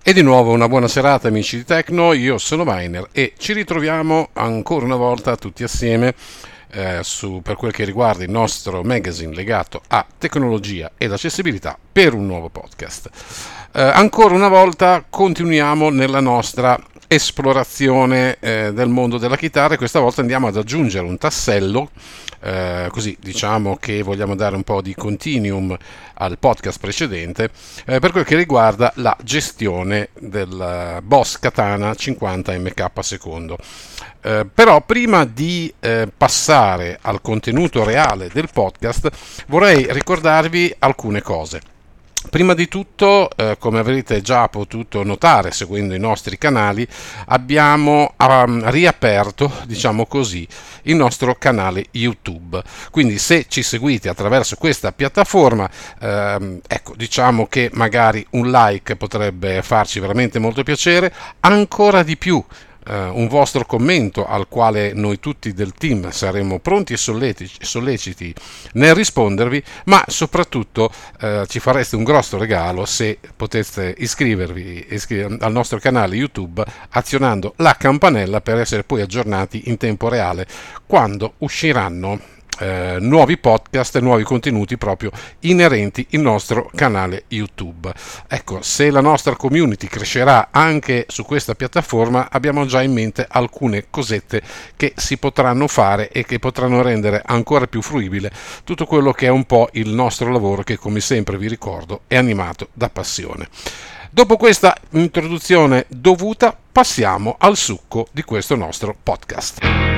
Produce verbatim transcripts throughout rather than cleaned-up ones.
E di nuovo una buona serata amici di Tecno, io sono Miner e ci ritroviamo ancora una volta tutti assieme eh, su, per quel che riguarda il nostro magazine legato a tecnologia ed accessibilità per un nuovo podcast. Eh, ancora una volta continuiamo nella nostra esplorazione eh, del mondo della chitarra e questa volta andiamo ad aggiungere un tassello. Eh, così diciamo che vogliamo dare un po' di continuum al podcast precedente eh, per quel che riguarda la gestione del Boss Katana cinquanta M K secondo. Eh, però prima di eh, passare al contenuto reale del podcast vorrei ricordarvi alcune cose. Prima di tutto, eh, come avrete già potuto notare seguendo i nostri canali, abbiamo um, riaperto, diciamo così, il nostro canale YouTube. Quindi se ci seguite attraverso questa piattaforma, ehm, ecco, diciamo che magari un like potrebbe farci veramente molto piacere, ancora di più. Uh, un vostro commento al quale noi tutti del team saremo pronti e solleciti, solleciti nel rispondervi, ma soprattutto uh, ci fareste un grosso regalo se poteste iscrivervi iscri- al nostro canale YouTube azionando la campanella per essere poi aggiornati in tempo reale quando usciranno Eh, nuovi podcast e nuovi contenuti proprio inerenti al nostro canale YouTube. Ecco, se la nostra community crescerà anche su questa piattaforma, abbiamo già in mente alcune cosette che si potranno fare e che potranno rendere ancora più fruibile tutto quello che è un po' il nostro lavoro che, come sempre vi ricordo, è animato da passione. Dopo questa introduzione dovuta, passiamo al succo di questo nostro podcast.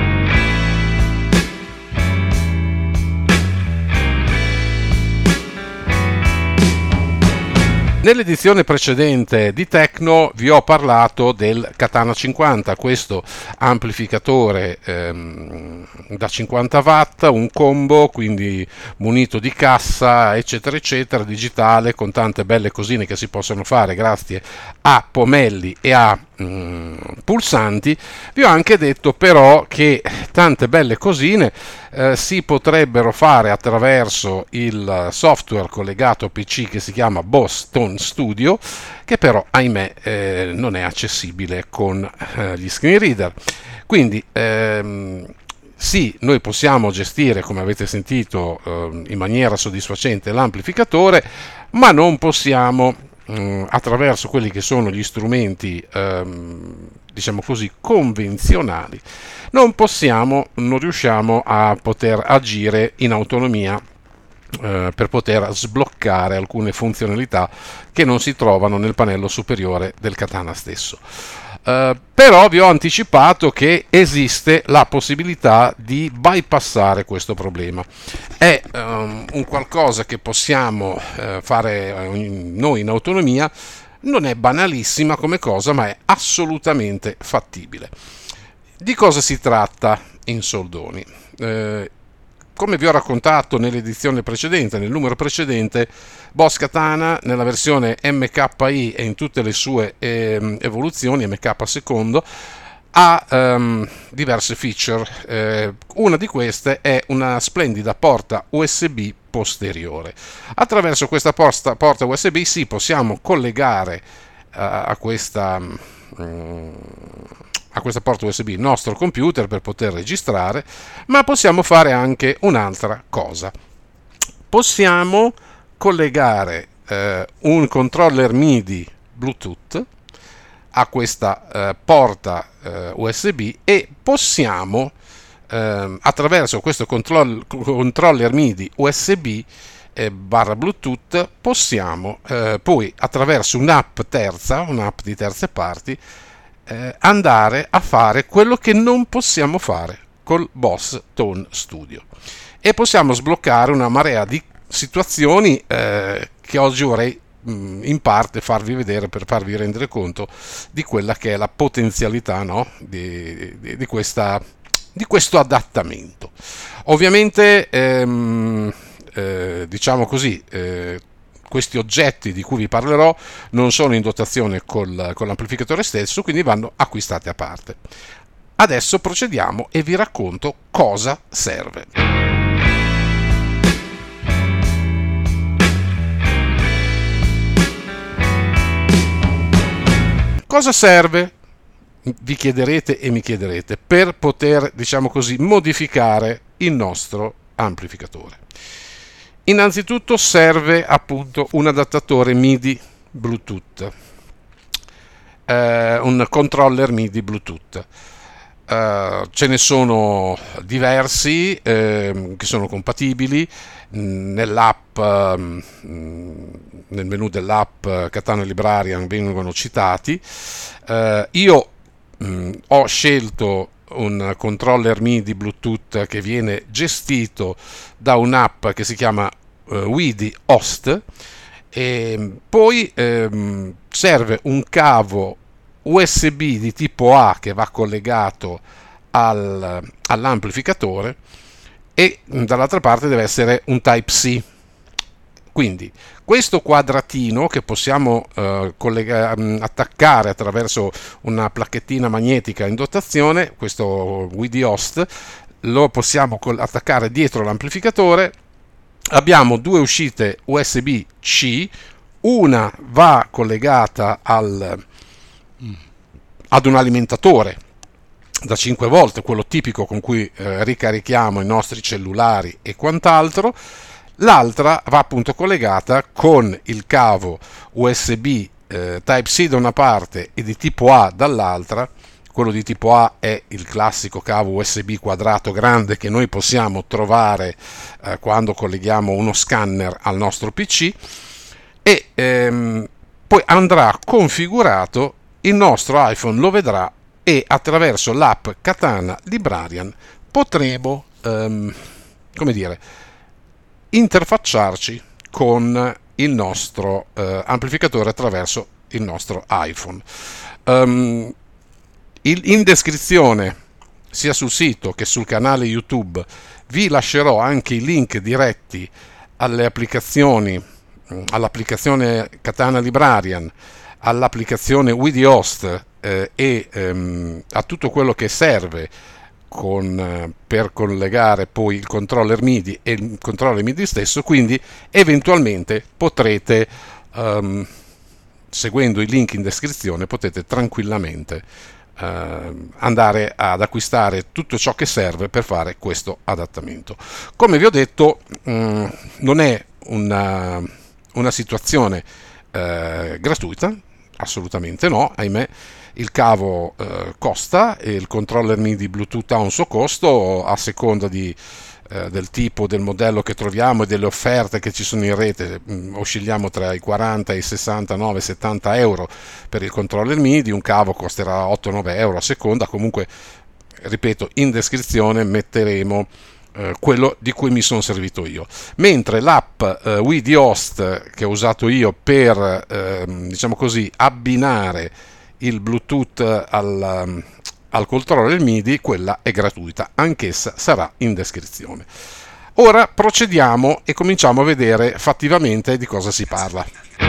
Nell'edizione precedente di Tecno vi ho parlato del Katana cinquanta, questo amplificatore ehm, da cinquanta watt, un combo, quindi munito di cassa, eccetera, eccetera, digitale, con tante belle cosine che si possono fare grazie a pomelli e a mm, pulsanti. Vi ho anche detto però che tante belle cosine eh, si potrebbero fare attraverso il software collegato a P C che si chiama Boss Tone Studio, che però ahimè eh, non è accessibile con eh, gli screen reader. Quindi ehm, sì, noi possiamo gestire, come avete sentito, eh, in maniera soddisfacente l'amplificatore, ma non possiamo mh, attraverso quelli che sono gli strumenti ehm, diciamo così convenzionali, non possiamo, non riusciamo a poter agire in autonomia eh, per poter sbloccare alcune funzionalità che non si trovano nel pannello superiore del Katana stesso. Uh, però vi ho anticipato che esiste la possibilità di bypassare questo problema. È um, un qualcosa che possiamo uh, fare uh, noi in autonomia, non è banalissima come cosa, ma è assolutamente fattibile. Di cosa si tratta in soldoni? Uh, Come vi ho raccontato nell'edizione precedente, nel numero precedente, Boss Katana nella versione M K I e in tutte le sue eh, evoluzioni, M K secondo, ha um, diverse feature. Eh, una di queste è una splendida porta U S B posteriore. Attraverso questa porta, porta U S B sì, possiamo collegare uh, a questa... Um, a questa porta U S B il nostro computer per poter registrare, ma possiamo fare anche un'altra cosa. Possiamo collegare eh, un controller MIDI Bluetooth a questa eh, porta eh, U S B e possiamo eh, attraverso questo control- controller MIDI U S B eh, barra Bluetooth possiamo eh, poi attraverso un'app terza, un'app di terze parti, Eh, andare a fare quello che non possiamo fare col Boss Tone Studio e possiamo sbloccare una marea di situazioni eh, che oggi vorrei mh, in parte farvi vedere per farvi rendere conto di quella che è la potenzialità, no? di, di, di, questa, di questo adattamento. Ovviamente ehm, eh, diciamo così eh, questi oggetti di cui vi parlerò non sono in dotazione col, con l'amplificatore stesso, quindi vanno acquistati a parte. Adesso procediamo e vi racconto cosa serve. Cosa serve? Vi chiederete e mi chiederete, per poter, diciamo così, modificare il nostro amplificatore. Innanzitutto serve appunto un adattatore MIDI Bluetooth, eh, un controller MIDI Bluetooth. Uh, ce ne sono diversi eh, che sono compatibili nell'app, uh, nel menu dell'app Katana Librarian vengono citati. Uh, io um, ho scelto un controller MIDI Bluetooth che viene gestito da un'app che si chiama uh, Widi Host, e poi um, serve un cavo U S B di tipo A che va collegato al, all'amplificatore, e dall'altra parte deve essere un Type-C. Quindi questo quadratino che possiamo eh, collega- attaccare attraverso una placchettina magnetica in dotazione, questo Widi Host, lo possiamo attaccare dietro l'amplificatore. Abbiamo due uscite U S B C, una va collegata al ad un alimentatore da cinque volt, quello tipico con cui eh, ricarichiamo i nostri cellulari e quant'altro. L'altra va appunto collegata con il cavo U S B eh, Type-C da una parte e di tipo A dall'altra. Quello di tipo A è il classico cavo U S B quadrato grande che noi possiamo trovare eh, quando colleghiamo uno scanner al nostro P C, e ehm, poi andrà configurato. Il nostro iPhone lo vedrà e attraverso l'app Katana Librarian potremo, um, come dire, interfacciarci con il nostro uh, amplificatore attraverso il nostro iPhone. Um, il, in descrizione, sia sul sito che sul canale YouTube, vi lascerò anche i link diretti alle applicazioni, all'applicazione Katana Librarian, all'applicazione Widi Host eh, e ehm, a tutto quello che serve con, eh, per collegare poi il controller MIDI e il controller MIDI stesso. Quindi eventualmente potrete, ehm, seguendo i link in descrizione, potete tranquillamente eh, andare ad acquistare tutto ciò che serve per fare questo adattamento. Come vi ho detto, mh, non è una, una situazione eh, gratuita. Assolutamente no, ahimè. Il cavo eh, costa e il controller MIDI Bluetooth ha un suo costo a seconda di, eh, del tipo, del modello che troviamo e delle offerte che ci sono in rete. Mm, oscilliamo tra i quaranta e i sessantanove settanta euro per il controller MIDI, un cavo costerà otto nove euro a seconda. Comunque, ripeto, in descrizione metteremo Uh, quello di cui mi sono servito io, mentre l'app uh, Widi Host che ho usato io per uh, diciamo così abbinare il Bluetooth al, um, al controller MIDI, quella è gratuita, anch'essa sarà in descrizione. Ora procediamo e cominciamo a vedere fattivamente di cosa si parla.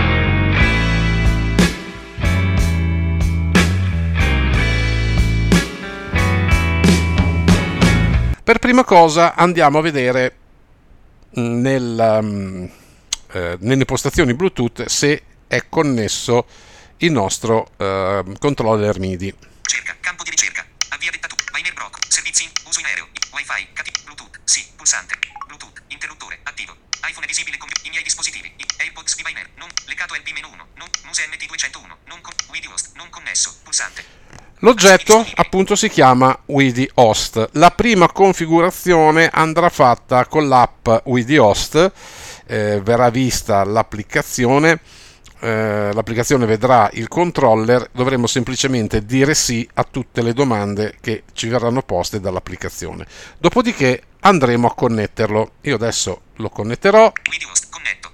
Per prima cosa andiamo a vedere nel, um, eh, nelle impostazioni Bluetooth se è connesso il nostro uh, controller MIDI. Cerca, campo di ricerca, avvia dettatura, Vainer Brock, servizi, uso in aereo, Wi-Fi, cati, Bluetooth, sì, pulsante, Bluetooth, interruttore, attivo, iPhone è visibile con i miei dispositivi, AirPods di Vainer, non, leccato L P meno uno, non, Muse M T duecentouno, non, con, Widi Host, non connesso, pulsante. L'oggetto appunto si chiama Widi Host. La prima configurazione andrà fatta con l'app Widi Host, eh, verrà vista l'applicazione, eh, l'applicazione vedrà il controller, dovremo semplicemente dire sì a tutte le domande che ci verranno poste dall'applicazione. Dopodiché andremo a connetterlo. Io adesso lo connetterò. Widi Host, connetto.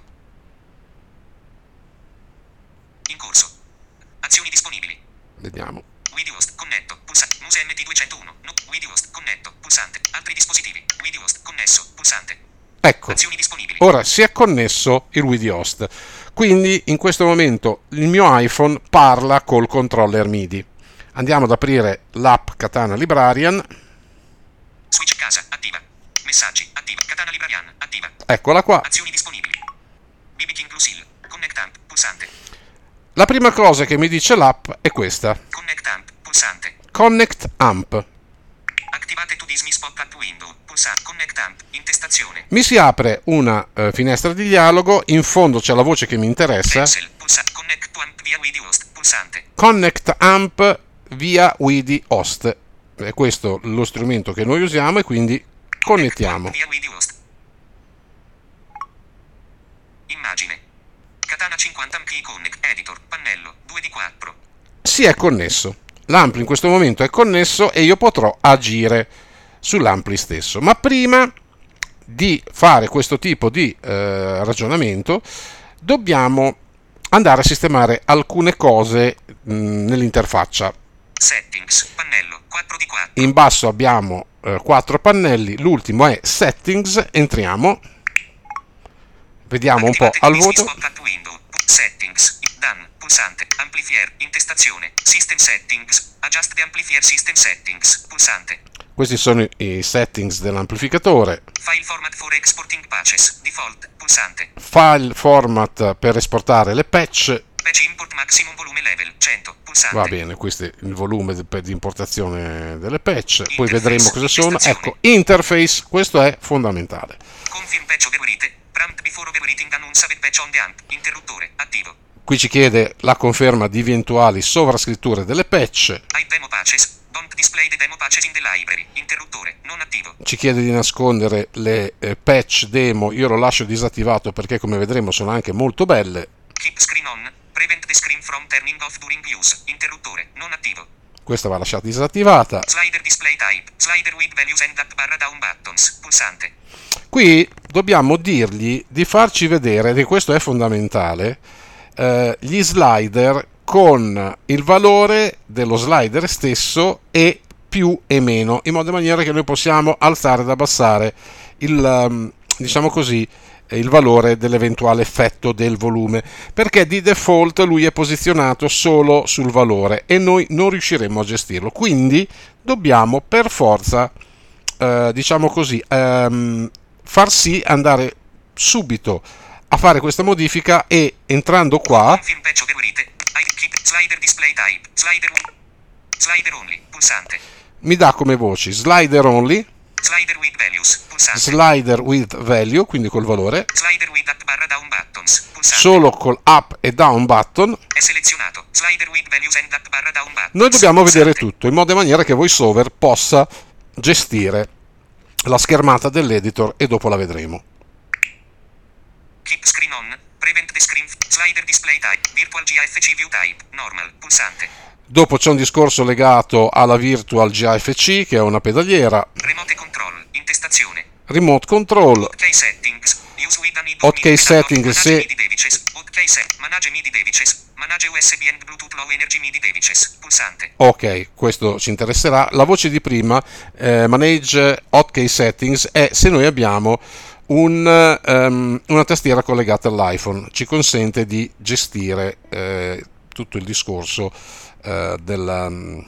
In corso. Azioni disponibili. Vediamo. Widi Host, connetto, pulsante, Muse M T duecentouno, no, Widi Host, connetto, pulsante, altri dispositivi, Widi Host, connesso, pulsante. Ecco, Azioni disponibili. ora si è connesso il Widi Host, quindi in questo momento il mio iPhone parla col controller MIDI. Andiamo ad aprire l'app Katana Librarian. Switch casa, attiva. Messaggi, attiva. Katana Librarian, attiva. Eccola qua. Azioni disponibili. B B King Lucille, connect amp, pulsante. La prima cosa che mi dice l'app è questa. Connect Amp, pulsante. Connect Amp. Attivate to dismiss pop-up window, pulsante. Connect Amp, intestazione. Mi si apre una eh, finestra di dialogo, in fondo c'è la voce che mi interessa. Cancel, pulsante. Connect to Amp via Widi Host, pulsante. Connect Amp via Widi Host. È questo lo strumento che noi usiamo e quindi connettiamo. Via Widi Host. Immagine. Katana cinquanta amp Connect Editor, pannello, due di quattro. Si è connesso. L'ampli in questo momento è connesso e io potrò agire sull'ampli stesso. Ma prima di fare questo tipo di eh, ragionamento dobbiamo andare a sistemare alcune cose mh, nell'interfaccia. Settings, pannello, quattro di quattro. In basso abbiamo eh, quattro pannelli, l'ultimo è Settings, entriamo, vediamo un po' al voto. Settings, done, pulsante, amplifier, intestazione, system settings, adjust the amplifier system settings, pulsante. Questi sono i settings dell'amplificatore. File format for exporting patches, default, pulsante. File format per esportare le patch. Patch import maximum volume level, cento, pulsante. Va bene, questo è il volume di importazione delle patch. Interface, Poi vedremo cosa sono. intestazione. Ecco, interface, questo è fondamentale. Confirm patch overwrite, prompt before overwriting announce with patch on the amp, interruttore, attivo. Qui ci chiede la conferma di eventuali sovrascritture delle patch. Hide demo patches, don't display the demo patches in the library, interruttore, non attivo. Ci chiede di nascondere le eh, patch demo, io lo lascio disattivato perché come vedremo sono anche molto belle. Keep screen on, prevent the screen from turning off during use, interruttore, non attivo. Questa va lasciata disattivata. Slider display type, slider with values and up barra down buttons, pulsante. Qui dobbiamo dirgli di farci vedere, e questo è fondamentale, eh, gli slider con il valore dello slider stesso e più e meno, in modo maniera che noi possiamo alzare ed abbassare il, um, diciamo così, il valore dell'eventuale effetto del volume, perché di default lui è posizionato solo sul valore e noi non riusciremo a gestirlo, quindi dobbiamo per forza eh, diciamo così ehm, far sì andare subito a fare questa modifica e entrando qua Confirm patch overwrite, hide keep slider display type, slider slider only, pulsante. mi dà come voci slider only, Slider with values, pulsante. slider with value, quindi col valore, Slider with up barra down buttons, pulsante. solo col up e down button. È selezionato. Slider with values and up barra down buttons. Noi dobbiamo pulsante. vedere tutto in modo e maniera che VoiceOver possa gestire la schermata dell'editor e dopo la vedremo. Keep screen on, prevent the screen, slider display type, virtual G A F C view type, normal, pulsante. Dopo c'è un discorso legato alla Virtual G A F C, che è una pedaliera, Remote control, intestazione. remote control, Hotkey settings, use with an hotkey setting se manage MIDI devices, hotkey set, manage MIDI devices, manage U S B and Bluetooth low energy MIDI devices, pulsante. ok, questo ci interesserà. La voce di prima, eh, manage hotkey settings, è se noi abbiamo un, um, una tastiera collegata all'iPhone, ci consente di gestire eh, tutto il discorso eh, della,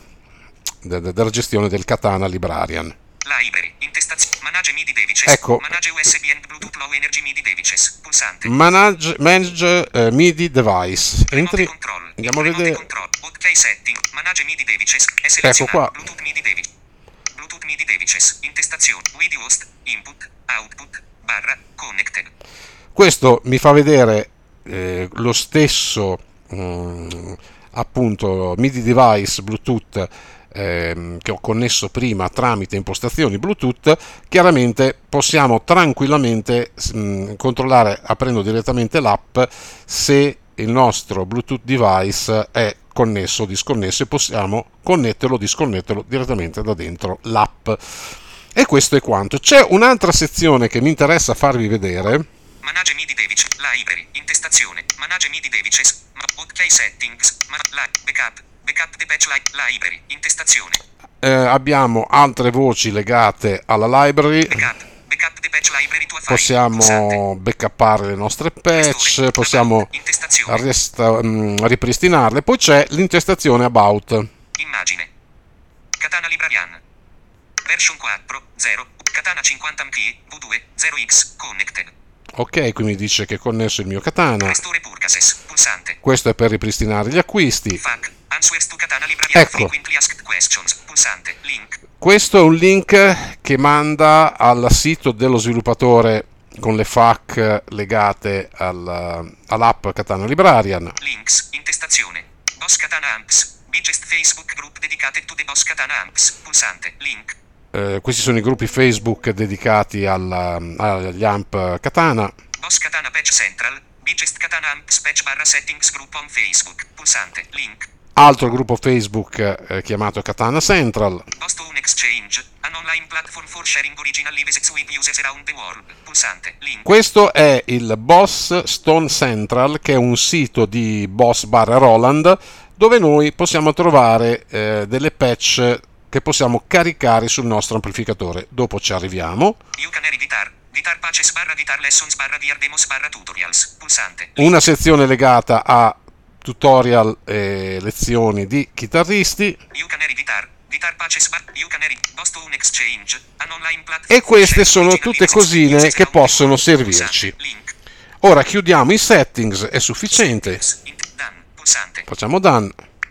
de, de, della gestione del Katana Librarian. Library, intestazione, manage MIDI devices, Ecco. manage U S B and Bluetooth low energy MIDI devices, pulsante. Manage, manage eh, MIDI device. Remote Entri, control, andiamo a remote vedere. control, hotkey setting, manage MIDI devices, è selezionato. qua. Bluetooth MIDI devices, Bluetooth MIDI devices, intestazione, Widi host, input, output, barra, connected. Questo mi fa vedere eh, lo stesso mm, appunto MIDI device Bluetooth ehm, che ho connesso prima tramite impostazioni Bluetooth. Chiaramente possiamo tranquillamente mh, controllare aprendo direttamente l'app se il nostro Bluetooth device è connesso o disconnesso e possiamo connetterlo o disconnetterlo direttamente da dentro l'app. E questo è quanto. C'è un'altra sezione che mi interessa farvi vedere. Manage MIDI devices, library, intestazione, manage MIDI devices, ma- hotkey settings, ma- li- backup, backup the patch li- library, intestazione. Eh, abbiamo altre voci legate alla library. Backup, backup the patch library to a file, Possiamo pulsante. backuppare le nostre patch, Restore, possiamo about, intestazione, resta- mh, ripristinarle. Poi c'è l'intestazione about. immagine. Katana Librarian. Version quattro, zero, Katana cinquanta M P, V due, zero X, connected. Ok, qui mi dice che è connesso il mio Katana. Restore purchases, pulsante. Questo è per ripristinare gli acquisti. F A Q, answers to Katana library Ecco. frequently asked questions, pulsante, link. Questo è un link che manda al sito dello sviluppatore con le F A Q legate al, all'app Katana Librarian. Links, intestazione. Boss Katana Amps, biggest Facebook group dedicated to the Boss Katana Amps, pulsante, link. Eh, questi sono i gruppi Facebook dedicati alla, agli amp Katana. Boss Katana Patch Central, biggest Katana Amps patch barra settings group on Facebook, pulsante, link. Altro gruppo Facebook eh, chiamato Katana Central. Boss Tone Exchange, an online platform for sharing original lives with users around the world, pulsante, link. Questo è il Boss Stone Central, che è un sito di Boss barra Roland, dove noi possiamo trovare eh, delle patch che possiamo caricare sul nostro amplificatore. Dopo ci arriviamo. You can editar, guitar patches barra guitar lessons barra D R demos barra tutorials, pulsante. Una sezione legata a tutorial e lezioni di chitarristi. You can editar, guitar patches barra, you can edit, Boss Tone Exchange, an online platform. E queste sono tutte cosine che possono servirci. Link. Ora chiudiamo i settings, è sufficiente. Done, pulsante. Facciamo done.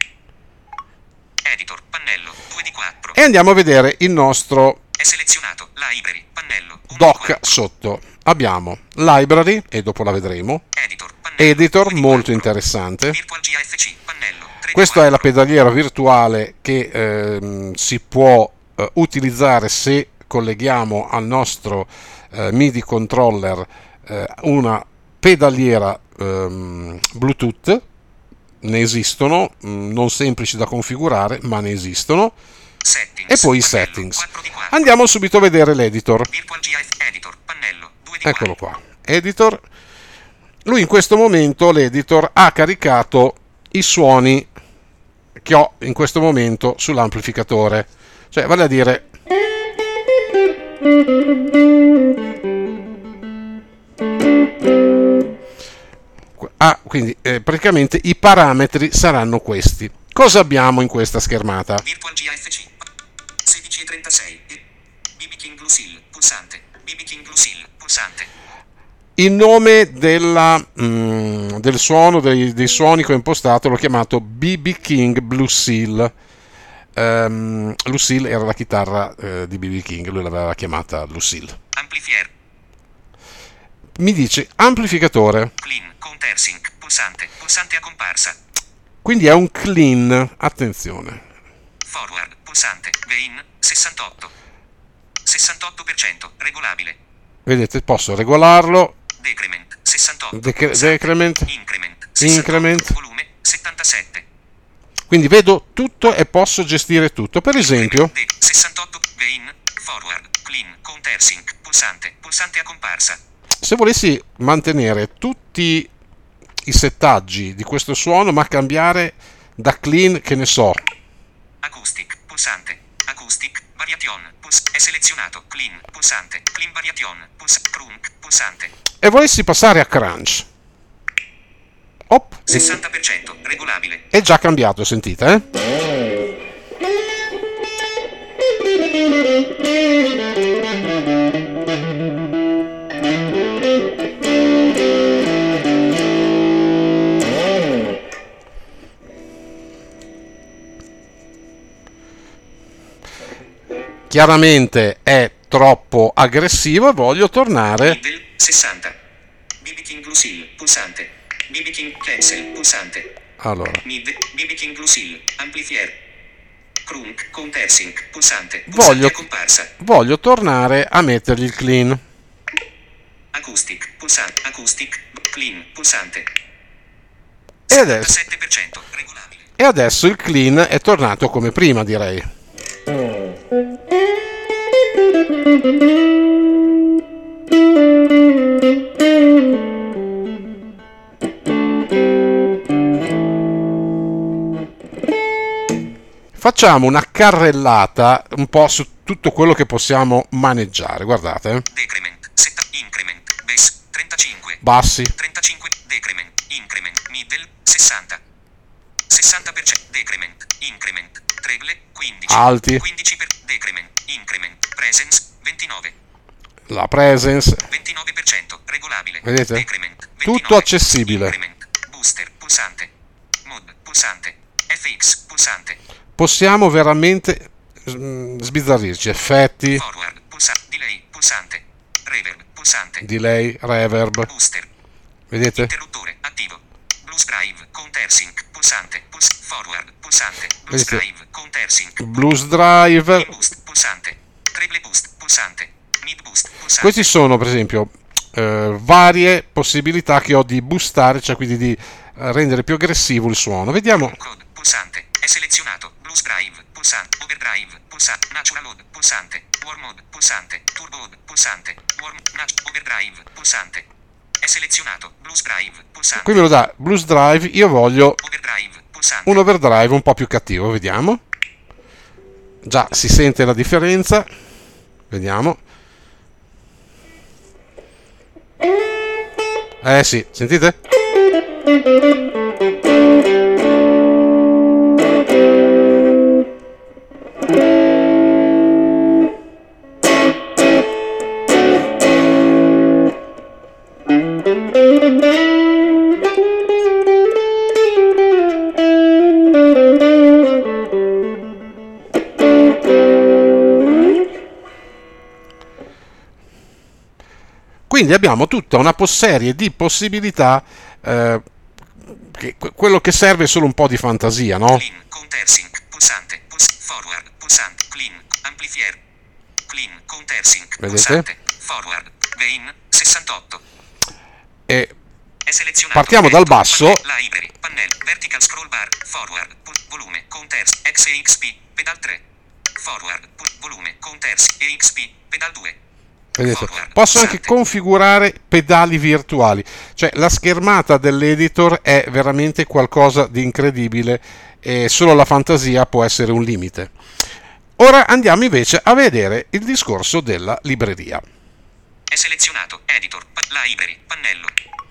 Editor, pannello, due di quattro. E andiamo a vedere il nostro È selezionato, library, pannello, uno di doc quattro. sotto. Abbiamo library, e dopo la vedremo. Editor, pannello, Editor, due di molto quattro. interessante. Virtual G A F C, pannello, tre di Questa è la quattro. pedaliera virtuale che ehm, si può eh, utilizzare se colleghiamo al nostro eh, MIDI controller eh, una pedaliera ehm, Bluetooth. Ne esistono, mh, non semplici da configurare, ma ne esistono. Settings, E poi i pannello, settings. quattro di quattro. Andiamo subito a vedere l'editor. Virtual G A F Editor, pannello, due di Eccolo quattro. qua, editor. Lui in questo momento, l'editor, ha caricato i suoni che ho in questo momento sull'amplificatore. Cioè, vale a dire... Ah, quindi eh, praticamente i parametri saranno questi. Cosa abbiamo in questa schermata? Virtual G A F C sedici e trentasei. B B King Lucille, pulsante. B B King Lucille, pulsante. Il nome della, mm, del suono, dei, dei suoni che ho impostato, l'ho chiamato B B King Blue Seal. Um, Lucille era la chitarra eh, di B B King, lui l'aveva chiamata Lucille. Amplifier, Mi dice amplificatore, clean, countersync, pulsante. Pulsante a comparsa. quindi è un clean, attenzione. Forward, pulsante. Gain, sessantotto. sessantotto per cento, regolabile. Vedete, posso regolarlo. Decrement, sessantotto. Decre- pulsante. decrement. Increment, sessantotto. Increment. Volume, settantasette. Quindi vedo tutto e posso gestire tutto. Per esempio, De- sessantotto. Gain, forward, clean, countersync, pulsante. Pulsante a comparsa. se volessi mantenere tutti i settaggi di questo suono, ma cambiare da clean, che ne so, Acoustic, pulsante. Acoustic, variation, puls- è selezionato. Clean, pulsante. Clean variation, puls- crunk, pulsante. e volessi passare a crunch, op, sessanta per cento, regolabile. è già cambiato, sentite, eh? Chiaramente è troppo aggressivo e voglio tornare. Middle, sessanta. B B King Lucille, pulsante. B B King Cancel, pulsante. Allora, Mid, B B King Lucille, amplifier. Crunk, countersync, pulsante. Pulsante voglio, a comparsa. voglio tornare a mettergli il clean. Acoustic, pulsante. Acoustic, clean, pulsante. E adesso, settantasette per cento, regolabile. e adesso il clean è tornato come prima, direi. Facciamo una carrellata un po' su tutto quello che possiamo maneggiare. Guardate, eh. Decrement, setta, increment, bass, trentacinque. Bassi, trentacinque, decrement, increment, middle, sessanta. sessanta per cento, decrement, increment, treble, quindici. Alti. quindici per decrement, increment, presence, ventinove. la presence, ventinove per cento, regolabile. vedete? Decrement, Tutto ventinove, accessibile. increment, booster, pulsante, mod, pulsante, F X, pulsante, Possiamo veramente mm, sbizzarrirci. Effetti, forward, pulsante, delay, pulsante, reverb, pulsante, delay, reverb, booster, vedete? interruttore, attivo, blues drive, countersync, pulsante, puls, forward, pulsante, blues Vedete? drive, countersync, Blues Drive. mid boost, pulsante, treble boost, pulsante, mid boost, pulsante, Questi sono, per esempio, eh, varie possibilità che ho di boostare, cioè quindi di eh, rendere più aggressivo il suono. Vediamo. code, pulsante, è selezionato, blues drive, pulsante, overdrive, pulsante, natural mode, pulsante, warm mode, pulsante, turbo mode, pulsante, warm, nat- overdrive, pulsante, è selezionato, blues drive, pulsante, Qui me lo dà Blues Drive. Io voglio overdrive, pulsante, un overdrive un po' più cattivo. Vediamo. Già si sente la differenza. Vediamo. Eh sì, sentite? Quindi abbiamo tutta una serie di possibilità. eh, che quello che serve è solo un po' di fantasia, no? clean, countersync, pulsante, puls, forward, pulsante, clean, amplifier, clean, countersync, Vedete? pulsante, forward, gain, sessantotto, E è selezionato, partiamo dal editor, basso. pannello, library, pannello, vertical scroll bar, forward, pul, volume, counters, X E X P, pedal tre, forward, pul, volume, counters, E X P, pedal due, Vedete? forward, Posso anche pulsante, configurare pedali virtuali, cioè la schermata dell'editor è veramente qualcosa di incredibile e solo la fantasia può essere un limite. Ora andiamo invece a vedere il discorso della libreria. è selezionato, editor, pa- library, pannello,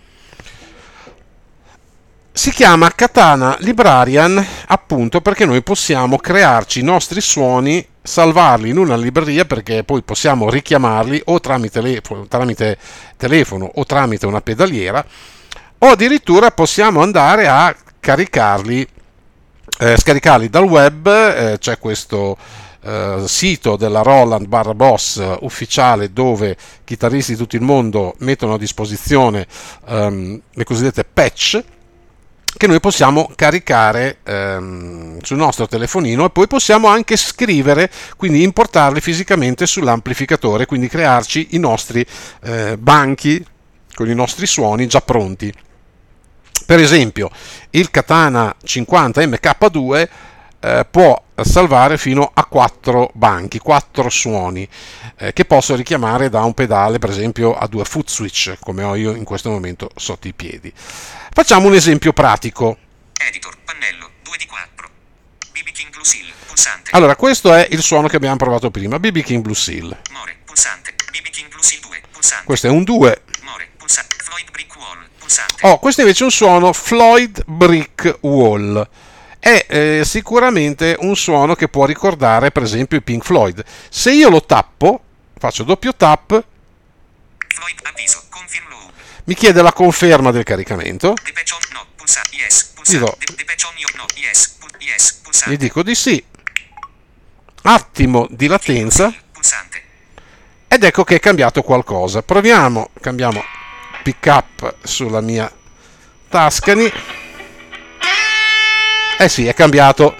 Si chiama Katana Librarian appunto perché noi possiamo crearci i nostri suoni, salvarli in una libreria perché poi possiamo richiamarli o tramite, telefono, tramite telefono o tramite una pedaliera, o addirittura possiamo andare a caricarli, eh, scaricarli dal web. Eh, c'è questo eh, sito della Roland barra Boss eh, ufficiale dove chitarristi di tutto il mondo mettono a disposizione ehm, le cosiddette patch che noi possiamo caricare ehm, sul nostro telefonino e poi possiamo anche scrivere, quindi importarli fisicamente sull'amplificatore, quindi crearci i nostri eh, banchi con i nostri suoni già pronti. Per esempio il Katana cinquanta M K due eh, può salvare fino a quattro banchi, quattro suoni eh, che posso richiamare da un pedale, per esempio a due foot switch come ho io in questo momento sotto i piedi. Facciamo un esempio pratico. editor, pannello, due di quattro, B B King Blue Seal, pulsante, Allora, questo è il suono che abbiamo provato prima, B B King Blue Seal. more, pulsante, B B King Blue Seal due, pulsante, Questo è un due. more, pulsante, Floyd Brick Wall, pulsante, Oh, questo invece è un suono Floyd Brick Wall. È eh, sicuramente un suono che può ricordare per esempio i Pink Floyd. Se io lo tappo, faccio doppio tap, Floyd avviso, confirm low, mi chiede la conferma del caricamento, Depeche on no, pulsante, yes, pulsante, Dico- De- Depeche on your no, yes, pul- yes, gli pulsante, dico di sì, attimo di latenza pulsante, ed ecco che è cambiato qualcosa. Proviamo, cambiamo pick up sulla mia Tascani. Eh sì, è cambiato.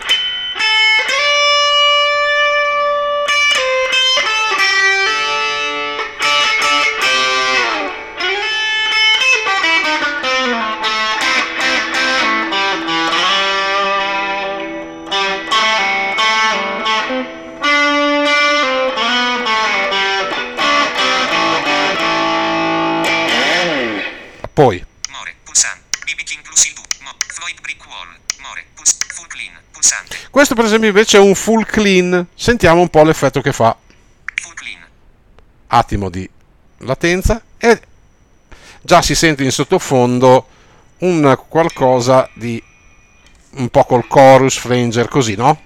Poi more, pulsante, B B King Blue Seal due, mo, Floyd Brick Wall, more, puls- full clean, pulsante, questo per esempio invece è un full clean. Sentiamo un po' l'effetto che fa. full clean, Attimo di latenza e già si sente in sottofondo un qualcosa di un po' col chorus flanger così, no?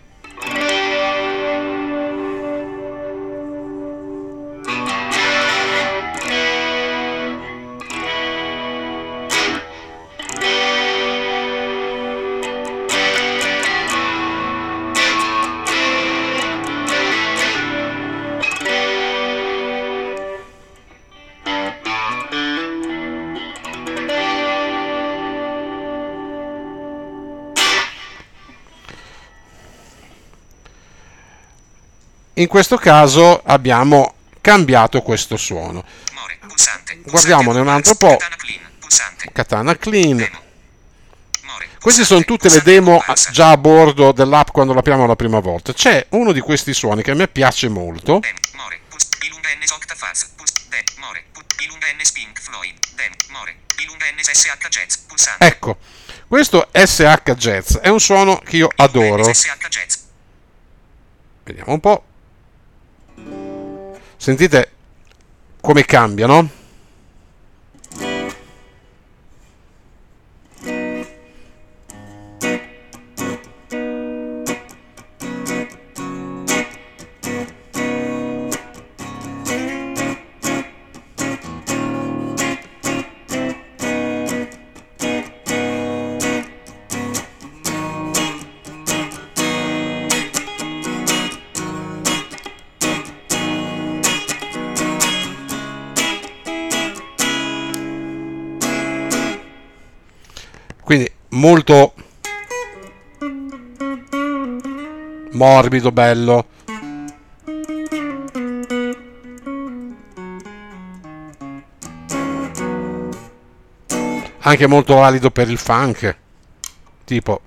in questo caso abbiamo cambiato questo suono. More, pulsante, Guardiamone un altro po'. Katana Clean, pulsante, Katana Clean. demo. More, Queste pulsante, sono tutte le pulsante, demo comparsa. già a bordo dell'app quando l'apriamo la prima volta. C'è uno di questi suoni che a me piace molto. Dem, More, puls, Ilunga N Octafaz, puls, de, More, pul, Ilunga N Pink Floyd, Dem, More, Ilunga N S H Jazz, pulsante. Ecco, questo S H Jazz è un suono che io adoro. S H Jazz. Vediamo un po'. Sentite come cambia, no? Quindi molto morbido, bello. Anche molto valido per il funk. Tipo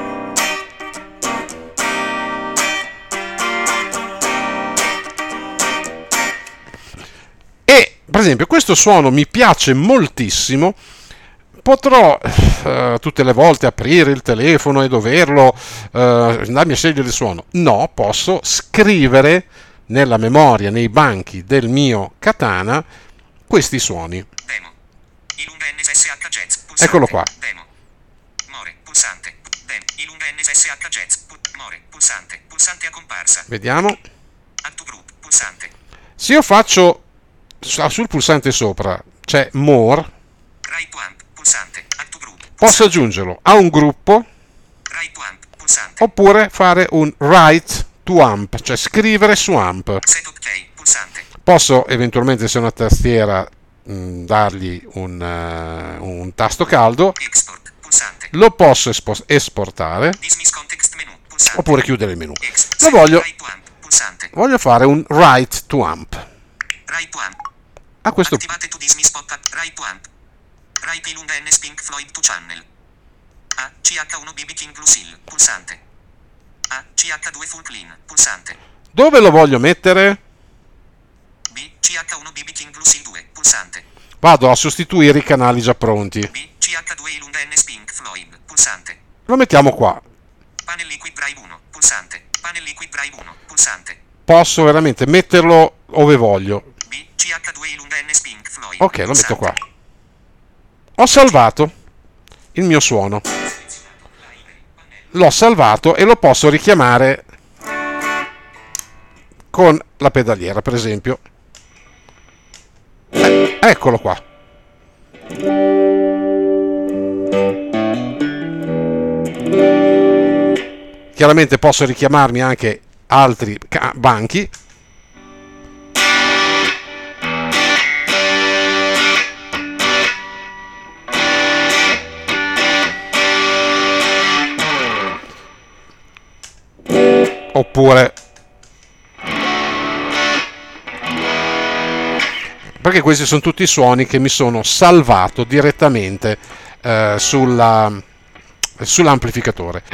e per esempio questo suono mi piace moltissimo. Potrò uh, tutte le volte aprire il telefono e doverlo uh, andarmi a scegliere il suono. No, posso scrivere nella memoria, nei banchi del mio Katana, questi suoni. Demo. Ilunga N S H Jazz, pulsante. Eccolo qua. Demo. More, pulsante. Dem, Ilunga N S H Jazz, pu, More, pulsante. Pulsante a comparsa. Vediamo. Add to group, pulsante. Se io faccio sul pulsante sopra c'è More, Right to amp, pulsante. Add to group, pulsante. posso aggiungerlo a un gruppo Right to amp, pulsante. oppure fare un write to amp, cioè scrivere su amp. Setup key, pulsante. Posso eventualmente, se è una tastiera, mh, dargli un, uh, un tasto caldo, Export, pulsante. lo posso espo- esportare Dismiss context menu, pulsante. oppure chiudere il menu. Ex- Lo voglio, Right to amp, pulsante. voglio fare un write to amp. Right to amp. A questo Attivate to dismiss pop-up. Right to amp. Right Ilunga N Pink Floyd to channel. A C H uno B B King Lucille, pulsante. A C H due Full Clean, pulsante. dove lo voglio mettere? B C H uno B B King Lucille due, pulsante. Vado a sostituire i canali già pronti. B C H due Ilunga N Pink Floyd, pulsante. Lo mettiamo qua. Panel Liquid Drive uno, pulsante. Panel Liquid Drive uno, pulsante. Posso veramente metterlo dove voglio. B C H due Ilunga N Pink Floyd. Ok, lo metto qua. pulsante. Ho salvato il mio suono. L'ho salvato e lo posso richiamare con la pedaliera, per esempio. Eh, eccolo qua. Chiaramente posso richiamarmi anche altri ca- banchi. Oppure, perché questi sono tutti suoni che mi sono salvato direttamente eh, sulla, sull'amplificatore.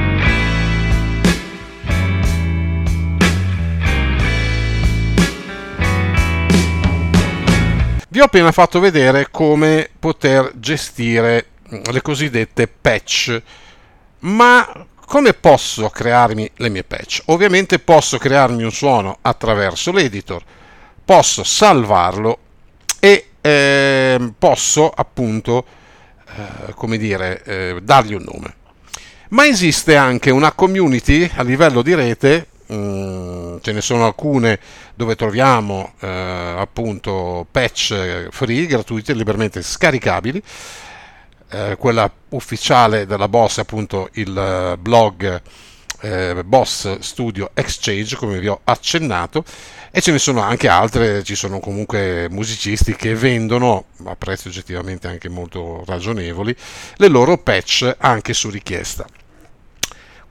Vi ho appena fatto vedere come poter gestire le cosiddette patch, ma come posso crearmi le mie patch? Ovviamente posso crearmi un suono attraverso l'editor, posso salvarlo e eh, posso appunto, eh, come dire, eh, dargli un nome. Ma esiste anche una community a livello di rete, mh, ce ne sono alcune dove troviamo eh, appunto patch free, gratuite, liberamente scaricabili. Eh, quella ufficiale della Boss è appunto il uh, blog eh, Boss Studio Exchange, come vi ho accennato, e ce ne sono anche altre. Ci sono comunque musicisti che vendono a prezzi oggettivamente anche molto ragionevoli le loro patch anche su richiesta.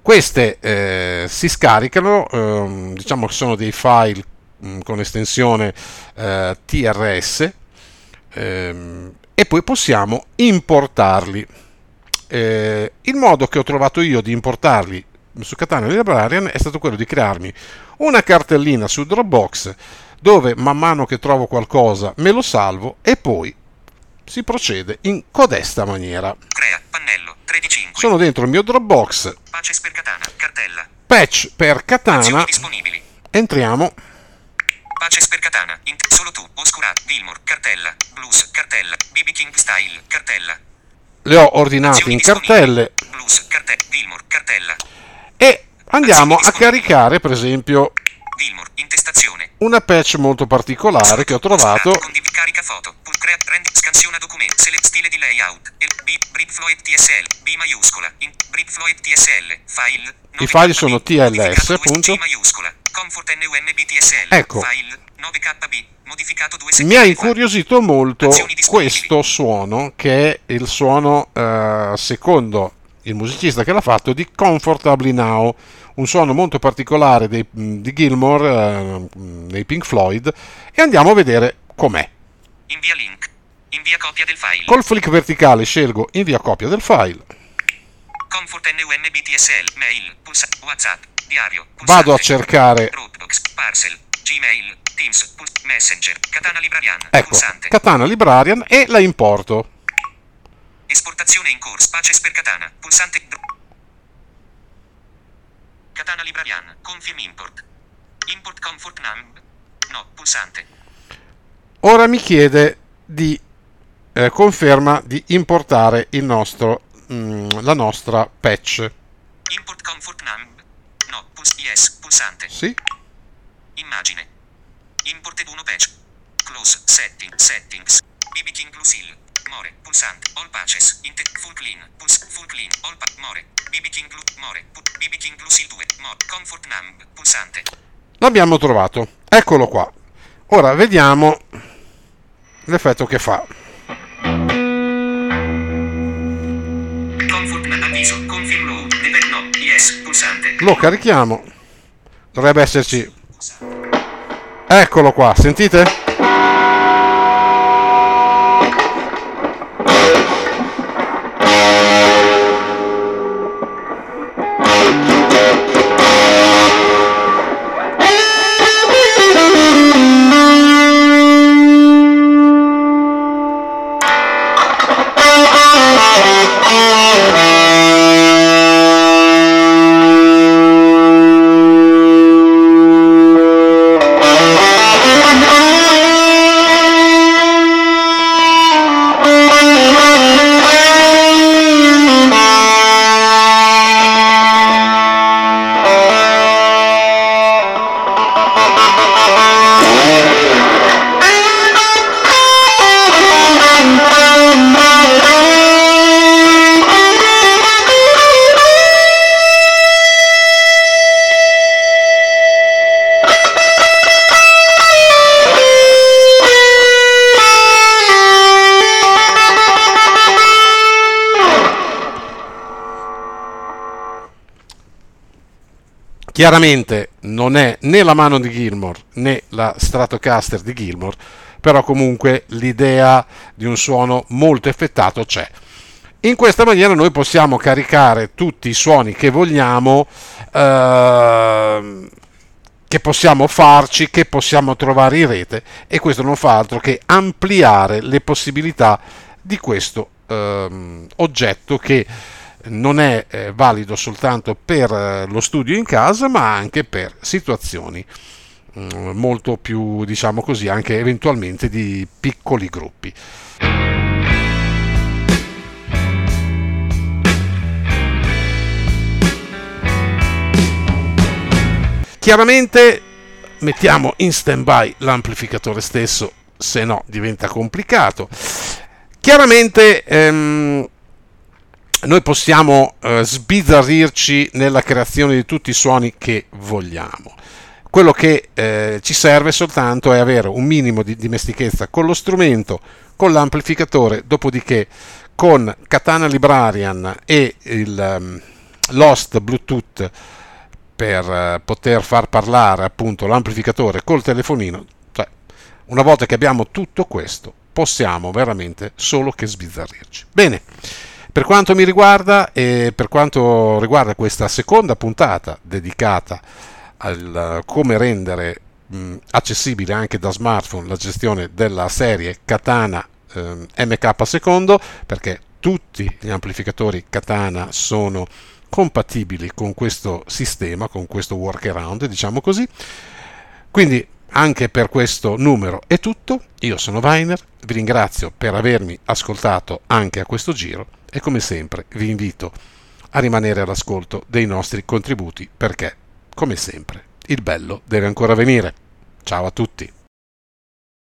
Queste eh, si scaricano, eh, diciamo che sono dei file mh, con estensione eh, T R S, ehm, e poi possiamo importarli. Eh, il modo che ho trovato io di importarli su Katana Librarian è stato quello di crearmi una cartellina su Dropbox dove man mano che trovo qualcosa me lo salvo e poi si procede in codesta maniera. Crea pannello tredici cinque. Sono dentro il mio Dropbox. Patches per Katana, cartella. Patch per Katana. Azioni disponibili. Entriamo. Patches per Katana. Int- solo tu. Oscurat. Gilmore. Cartella. Blues. Cartella. B B King Style. Cartella. Le ho ordinate Azioni in disponibili. cartelle. Blues. Cartella. Gilmore. Cartella. E andiamo a Azioni disponibili. caricare, per esempio, Gilmore. Intestazione. una patch molto particolare che ho trovato. Oscurat. Condiv- carica foto. Push crea. Rendi. Scansiona documento. Select stile di layout. El- B. Brib Floyd T S L. B maiuscola. In- Brib Floyd T S L. File. I file sono T L S, appunto. G maiuscola. Comfort N U M B T S L. Ecco. File nove K B. Modificato due Mi ha settimane fa. incuriosito molto Azioni disponibili. questo suono, che è il suono, eh, secondo il musicista che l'ha fatto, di Comfortably Now, un suono molto particolare dei, di Gilmour, eh, dei Pink Floyd, e andiamo a vedere com'è. Invia link. Invia copia del file. Col flick verticale scelgo invia copia del file, Comfort N U M B T S L. Mail. Pulsa. WhatsApp. Diario. Pulsante. vado a cercare, Dropbox. Parcel. Gmail. Teams. Pul- Messenger. Katana Librarian. ecco, Pulsante. Katana Librarian, e la importo. Esportazione in corso. Patches per Katana. Pulsante. Dro- Katana Librarian. Confirm import. Import comfort numb. No. Pulsante. Ora mi chiede di eh, conferma di importare il nostro, mm, la nostra patch. Import comfort numb. No. Puls- yes. Pulsante. Sì? Immagine. Imported uno patch. Close. Setting. Settings. B B King Lucille. More. Pulsante. All patches. Inte- full clean. Puls- full clean. All pa- More. B B King Lu- More. Pu- B B King Lucille due. More. Comfort numb. Pulsante. L'abbiamo trovato. Eccolo qua. Ora vediamo l'effetto che fa. Comfort numb. Avviso. Confirm load. Deve- no. Yes. Pulsante. Lo carichiamo. Dovrebbe esserci. Eccolo qua, sentite? Chiaramente non è né la mano di Gilmour né la Stratocaster di Gilmour, però comunque l'idea di un suono molto effettato c'è. In questa maniera noi possiamo caricare tutti i suoni che vogliamo, eh, che possiamo farci, che possiamo trovare in rete, e questo non fa altro che ampliare le possibilità di questo eh, oggetto, che non è eh, valido soltanto per eh, lo studio in casa, ma anche per situazioni mh, molto più, diciamo così, anche eventualmente di piccoli gruppi. Chiaramente mettiamo in stand-by l'amplificatore stesso, se no diventa complicato. Chiaramente ehm, noi possiamo eh, sbizzarrirci nella creazione di tutti i suoni che vogliamo. Quello che eh, ci serve soltanto è avere un minimo di dimestichezza con lo strumento, con l'amplificatore, dopodiché con Katana Librarian e il, um, l'host Bluetooth per eh, poter far parlare appunto l'amplificatore col telefonino. Cioè, una volta che abbiamo tutto questo, possiamo veramente solo che sbizzarrirci. Bene, per quanto mi riguarda e per quanto riguarda questa seconda puntata dedicata al come rendere mh, accessibile anche da smartphone la gestione della serie Katana eh, M K secondo, perché tutti gli amplificatori Katana sono compatibili con questo sistema, con questo workaround, diciamo così. Quindi anche per questo numero è tutto. Io sono Weiner, vi ringrazio per avermi ascoltato anche a questo giro e come sempre vi invito a rimanere all'ascolto dei nostri contributi perché, come sempre, il bello deve ancora venire. Ciao a tutti!